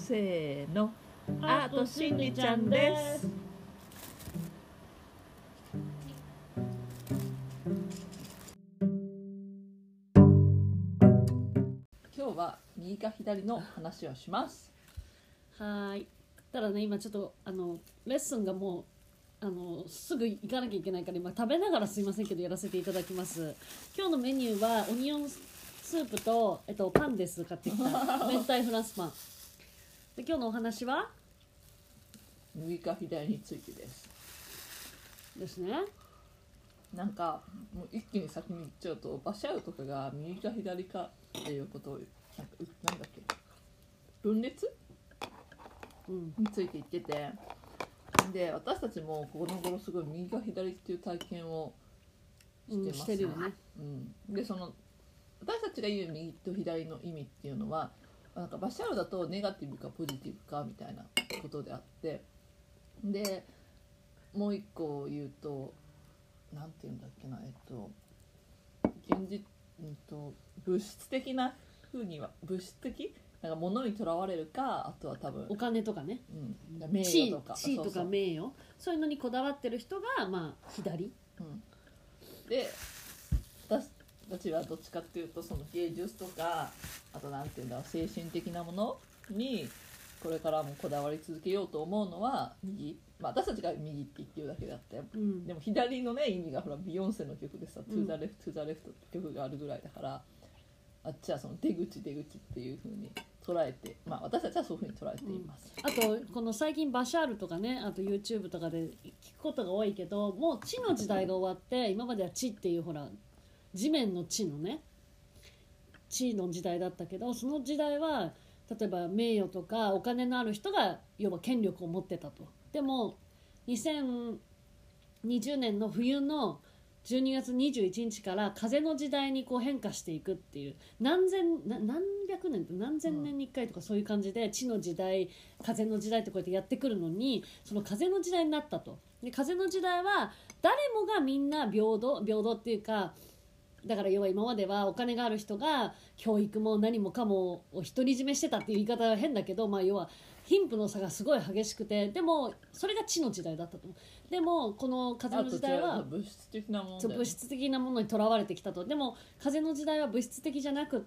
せーの、アートしんりちゃんです。今日は右か左の話をします。 はい。ただね、今ちょっとレッスンがもうすぐ行かなきゃいけないから、今食べながらすいませんけどやらせていただきます。今日のメニューはオニオンスープと、パンです。買ってきた明太フランスパンで、今日のお話は右か左についてですね。 なんかもう一気に先に言っちゃうと、バシャウとかが右か左かっていうことをなんだっけ、分裂、について言ってて、で私たちもこの頃すごい右か左っていう体験をしてます、 してるよね。 でその私たちが言う右と左の意味っていうのは、なんかバシャウだとネガティブかポジティブかみたいなことであって、でもう一個言うとなんて言うんだっけな、現実、物質的な風には物質的なんか物にとらわれるか、あとは多分お金とかね、 名誉とか地位とか名誉、そういうのにこだわってる人がまあ左、 で私たちはどっちかっていうと、その芸術とか、あとなんていうんだろう、精神的なものにこれからもこだわり続けようと思うのは右、私たちが右って言ってるだけであって、でも左のね意味がほらビヨンセの曲でさ、トゥーザレフトトゥーザレフトって曲があるぐらいだから、あっちはその出口っていう風に捉えて、私たちはそういう風に捉えています。 あとこの最近バシャールとかね、あと YouTube とかで聞くことが多いけど、もう地の時代が終わって、今までは地っていうほら地面の地のね、地の時代だったけど、その時代は例えば名誉とかお金のある人が要は権力を持ってたと。でも2020年の冬の12月21日から風の時代にこう変化していくっていう、何百年と何千年に1回とかそういう感じで、地の時代風の時代ってこうやってやってくるのに、その風の時代になったと。で風の時代は誰もがみんな平等っていうか、だから要は今まではお金がある人が教育も何もかもを独り占めしてたっていう言い方は変だけど、要は貧富の差がすごい激しくて、でもそれが地の時代だったと。でもこの風の時代は物質的なものだよね、 物質的なものにとらわれてきたと。でも風の時代は物質的じゃなくって、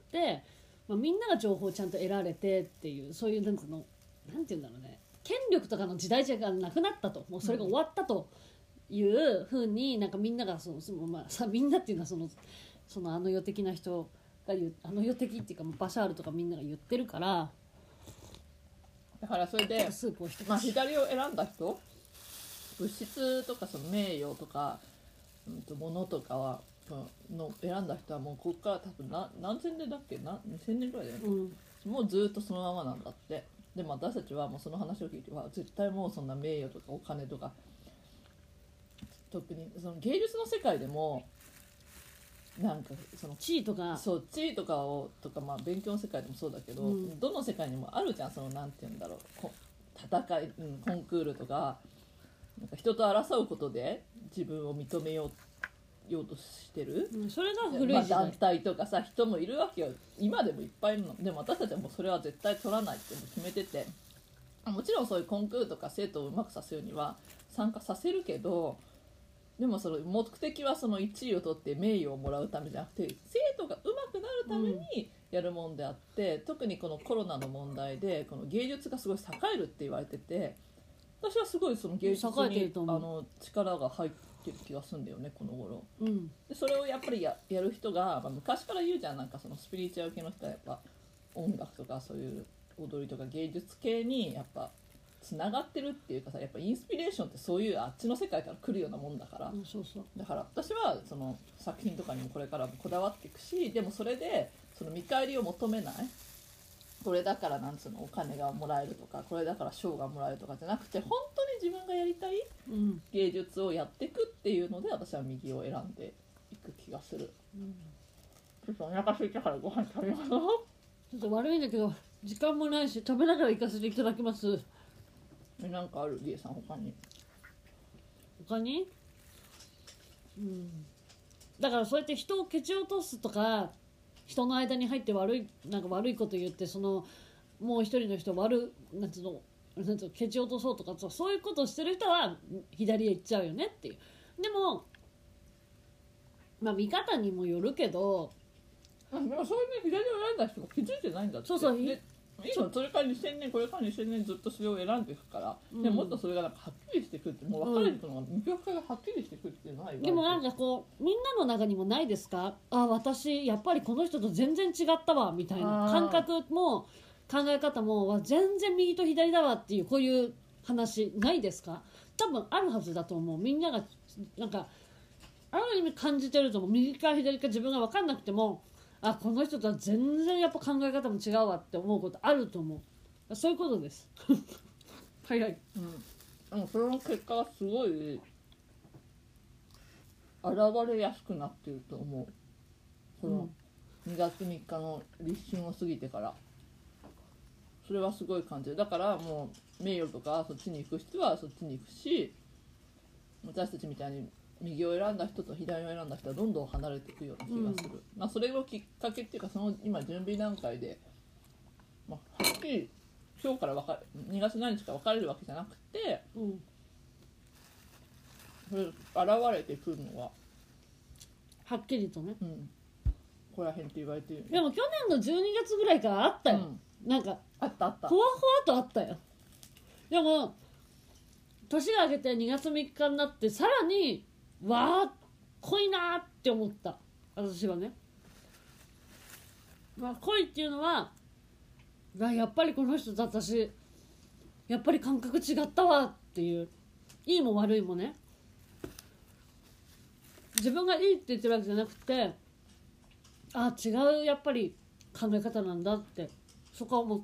みんなが情報をちゃんと得られてっていう、そういうなんていうんだろうね、権力とかの時代じゃなくなったと、もうそれが終わったというふうに、なんかみんながみんなっていうのはそのあの世的な人が言う、あの世的っていうかバシャールとかみんなが言ってるから、 だからそれでスープをして左を選んだ人、物質とかその名誉とか、物とかはの選んだ人はもうここから多分何千年だっけ、2000年ぐらいだよね、もうずっとそのままなんだって。でも私たちはもうその話を聞いては、絶対もうそんな名誉とかお金とか、特にその芸術の世界でもなんかその地位とかを勉強の世界でもそうだけど、どの世界にもあるじゃん、そのなんて言うんだろう、戦い、コンクールとか、なんか人と争うことで自分を認めようとしてる、 それが古い時代、 団体とかさ、人もいるわけよ、今でもいっぱいいるの。でも私たちはもうそれは絶対取らないって決めてて、もちろんそういうコンクールとか生徒をうまくさせるには参加させるけど、でもその目的はその1位を取って名誉をもらうためじゃなくて、生徒が上手くなるためにやるもんであって、特にこのコロナの問題でこの芸術がすごい栄えるって言われてて、私はすごいその芸術に力が入ってる気がするんだよね、この頃。でそれをやっぱり やる人が、昔から言うじゃん、なんかそのスピリチュアル系の人はやっぱ音楽とかそういう踊りとか芸術系にやっぱつながってるっていうかさ、やっぱインスピレーションってそういうあっちの世界から来るようなもんだから、だから私はその作品とかにもこれからもこだわっていくし、でもそれでその見返りを求めない、これだからなんつうのお金がもらえるとか、これだから賞がもらえるとかじゃなくて、本当に自分がやりたい芸術をやっていくっていうので、私は右を選んでいく気がする。ちょっとお腹空いたからご飯食べます。ちょっと悪いんだけど時間もないし、食べながら行かせていただきます。 なんかある？リエさん他に？ だからそうやって人を蹴落とすとか、人の間に入って悪いこと言って、そのもう一人の人なんつうの蹴ち落とそうとかそういうことをしてる人は左へ行っちゃうよねっていう。でもまあ見方にもよるけど、 でもそういうね左を選んだ人も気づいてないんだって。 そうそうで今それから2000年これから2000年ずっとそれを選んでいくから、でもっとそれがなんかはっきりしてくるってもう分かれるのが見極がはっきりしてくるっていうのは言われてる。 でもなんかこうみんなの中にもないですか、あ私やっぱりこの人と全然違ったわみたいな感覚も考え方も全然右と左だわっていうこういう話ないですか。多分あるはずだと思う。みんながなんかある意味感じてると思う。右か左か自分が分かんなくてもあこの人とは全然やっぱ考え方も違うわって思うことあると思う。そういうことです早い、 でもその結果がすごい現れやすくなってると思う。その2月3日の立春を過ぎてからそれはすごい感じる。だからもう名誉とかそっちに行く人はそっちに行くし、私たちみたいに右を選んだ人と左を選んだ人はどんどん離れていくような気がする、まあ、それのきっかけっていうかその今準備段階で、まあ、はっきり今日から2月何日か分かれるわけじゃなくて、それ現れてくるのははっきりとね、 ここら辺って言われてるよね。 でも去年の12月ぐらいからあったよ、なんかあったほわほわとあったよ。でも年が明けて2月3日になってさらにわー濃いなーって思った私はね。まあ濃いっていうのはやっぱりこの人と私やっぱり感覚違ったわっていう、いいも悪いもね、自分がいいって言ってるわけじゃなくてあ違うやっぱり考え方なんだってそこは思った。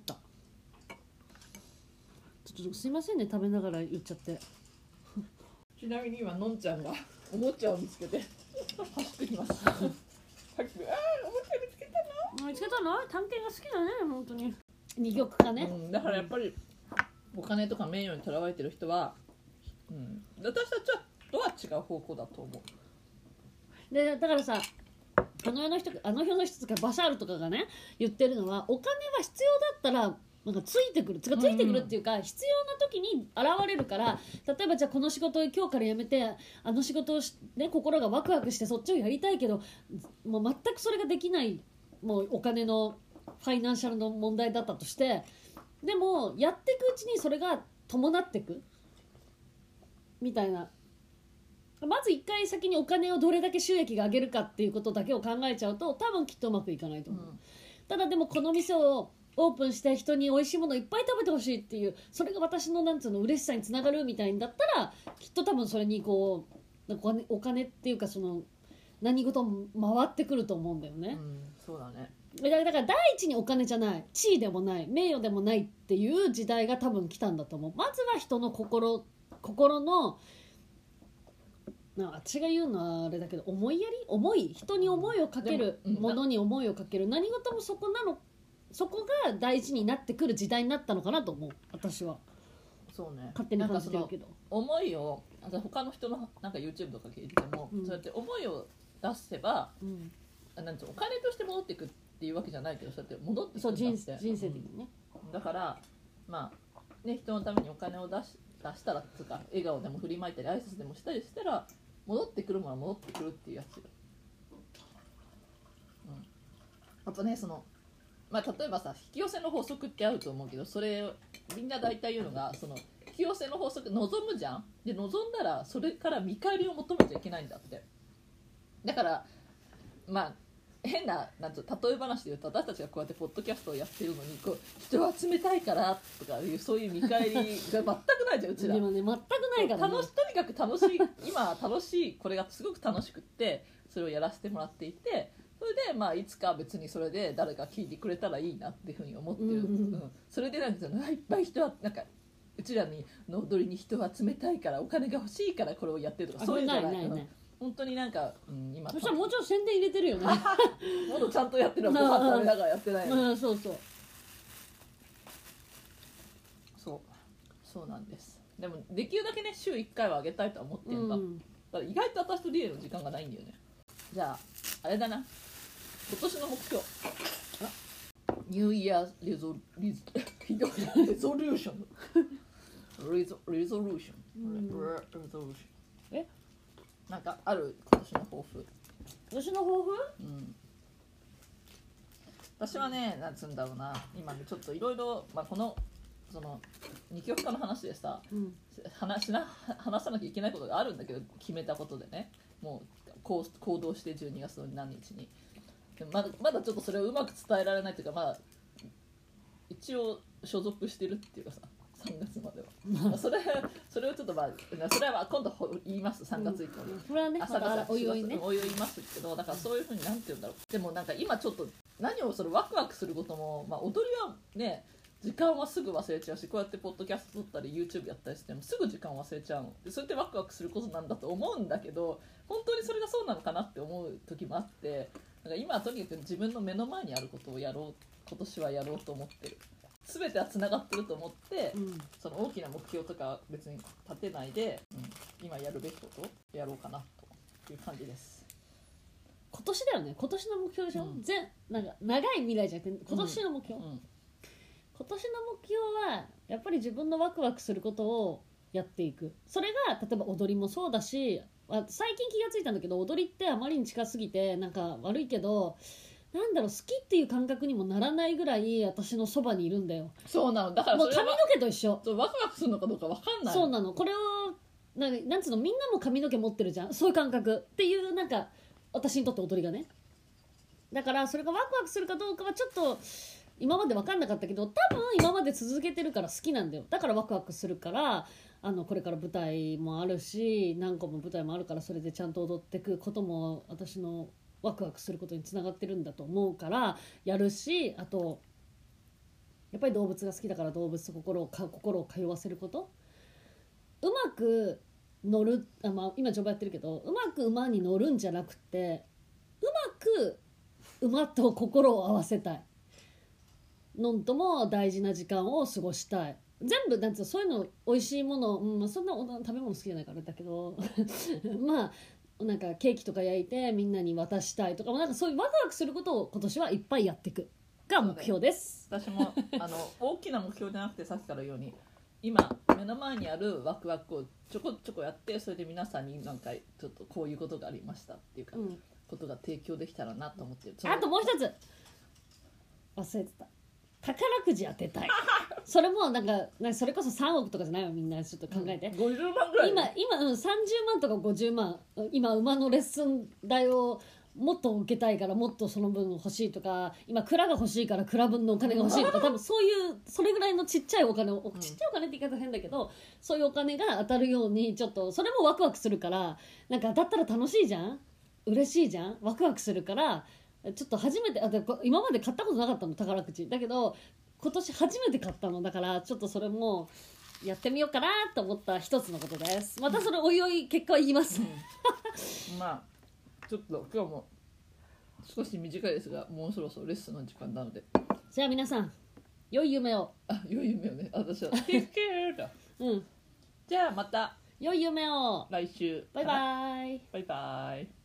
ちょっとすいませんね食べながら言っちゃって。 ちなみに今のんちゃんがおもちゃを見つけて走ってきますさっきおもちゃ見つけたの見つけたの探検が好きだね本当に。二極化ね、 だからやっぱりお金とか名誉にとらわれてる人は、私たちとは違う方向だと思う。 でだからさあの世の人とかバシャールとかがね言ってるのはお金は必要だったらなんかついてくるっていうか、必要な時に現れるから、例えばじゃあこの仕事を今日から辞めてあの仕事をね心がワクワクしてそっちをやりたいけどもう全くそれができない、もうお金のファイナンシャルの問題だったとして、でもやっていくうちにそれが伴っていくみたいな。まず一回先にお金をどれだけ収益が上げるかっていうことだけを考えちゃうと多分きっとうまくいかないと思う、ただでもこの店をオープンして人に美味しいものいっぱい食べてほしいっていうそれが私のなんつうの嬉しさにつながるみたいんだったらきっと多分それにこうお金っていうかその何事も回ってくると思うんだよね、 そうだね。 だから第一にお金じゃない地位でもない名誉でもないっていう時代が多分来たんだと思う。まずは人の心の私が言うのはあれだけど思い人に思いをかけるものに思いをかける何事もそこが大事になってくる時代になったのかなと思う私は。 そうね、 勝手に感じてるけど思いを他の人のなんか YouTube とか聞いてても、そうやって思いを出せば、なんていうお金として戻っていくっていうわけじゃないけどそうやって戻ってくるんだって人生的にね、 だからまあね人のためにお金を出したらつか笑顔でも振りまいたり挨拶でもしたりしたら戻ってくるものは戻ってくるっていうやつよ、あとね例えばさ引き寄せの法則ってあると思うけどそれみんな大体言うのがその引き寄せの法則望むじゃん。で望んだらそれから見返りを求めちゃいけないんだって。だからまあ変な例え話で言うと私たちがこうやってポッドキャストをやってるのにこう人を集めたいからとかいうそういう見返りが全くないじゃんうちら。 でもね全くないからね。 とにかく楽しい今楽しいこれがすごく楽しくってそれをやらせてもらっていて。それでまあいつか別にそれで誰か聞いてくれたらいいなっていうふうに思ってる、それでなんかいっぱい人はなんかうちらの踊りに人を集めたいからお金が欲しいからこれをやってるとかそういうんじゃない、本当になんか、今そしたらもうちょっと宣伝入れてるよねもっとちゃんとやってるのはご飯食べながらやってないの、そうなんです。でもできるだけね週1回はあげたいとは思ってるんだ、だから意外と私とリエの時間がないんだよね。じゃああれだな今年の目標ニューイヤーリゾひどいレゾリューションレゾリューションレゾリューションえなんかある今年の抱負。 今年の抱負？ 私はね、なんつうんだろうな、今ねちょっといろいろこのその二極化の話でさ、話さなきゃいけないことがあるんだけど、決めたことでね、もう行動して12月の何日に。でもまだちょっとそれをうまく伝えられないというか、まだ一応所属してるっていうかさ、3月まではそれをちょっとそれは今度言います、3月以降に。 これはね、またおいおいね、 おいおい言いますけど、だからそういうふうになんて言うんだろう。でもなんか今ちょっと何をそれワクワクすることも、踊りはね時間はすぐ忘れちゃうし、こうやってポッドキャスト撮ったり YouTube やったりしてもすぐ時間忘れちゃうので、それってワクワクすることなんだと思うんだけど、本当にそれがそうなのかなって思う時もあって、なんか今はとにかく自分の目の前にあることを今年はやろうと思ってる。全てはつながってると思って、その大きな目標とか別に立てないで、今やるべきことをやろうかなという感じです。 今年だよね、今年の目標でしょ、なんか長い未来じゃなくて今年の目標、今年の目標はやっぱり自分のワクワクすることをやっていく。それが例えば踊りもそうだし、最近気がついたんだけど、踊りってあまりに近すぎてなんか悪いけど、なんだろう、好きっていう感覚にもならないぐらい私のそばにいるんだよ。 そうなの、だからもう髪の毛と一緒。 ワクワクするのかどうか分かんない。 そうなの、これをなんつうの、みんなも髪の毛持ってるじゃん、そういう感覚っていう、なんか私にとって踊りがね、だからそれがワクワクするかどうかはちょっと今まで分かんなかったけど、多分今まで続けてるから好きなんだよ。だからワクワクするから、これから舞台もあるし、何個も舞台もあるから、それでちゃんと踊っていくことも私のワクワクすることにつながってるんだと思うからやるし、あとやっぱり動物が好きだから動物と心を通わせること、うまく乗る、今乗馬やってるけど、うまく馬に乗るんじゃなくて、うまく馬と心を合わせたいのんとも大事な時間を過ごしたい。全部なんつうの、そういうの美味しいもの、そんな食べ物好きじゃないからだけどなんかケーキとか焼いてみんなに渡したいとか、なんかそういうワクワクすることを今年はいっぱいやっていくが目標です。 私も大きな目標じゃなくて、さっきから言うように今目の前にあるワクワクをちょこちょこやって、それで皆さんになんかちょっとこういうことがありましたっていうか、ことが提供できたらなと思ってる。 あともう一つ忘れてた、宝くじ当てたいそれもなんかそれこそ3億とかじゃないわ、みんなちょっと考えて、 50万ぐらい今、30万とか50万、今馬のレッスン代をもっと受けたいからもっとその分欲しいとか、今蔵が欲しいから蔵分のお金が欲しいとか、多分そういうそれぐらいのちっちゃいお金を、ちっちゃいお金って言い方変だけど、そういうお金が当たるように、ちょっとそれもワクワクするから、なんか当たったら楽しいじゃん、嬉しいじゃん、ワクワクするから、ちょっと初めて今まで買ったことなかったの、宝くじだけど今年初めて買ったのだから、ちょっとそれもやってみようかなと思った一つのことです。またそれおいおい結果は言います、 ちょっと今日も少し短いですが、もうそろそろレッスンの時間なので、 じゃあ皆さん良い夢を。 良い夢をね、私は Take care だじゃあまた良い夢を。 来週。 バイバイ。 バイバイ。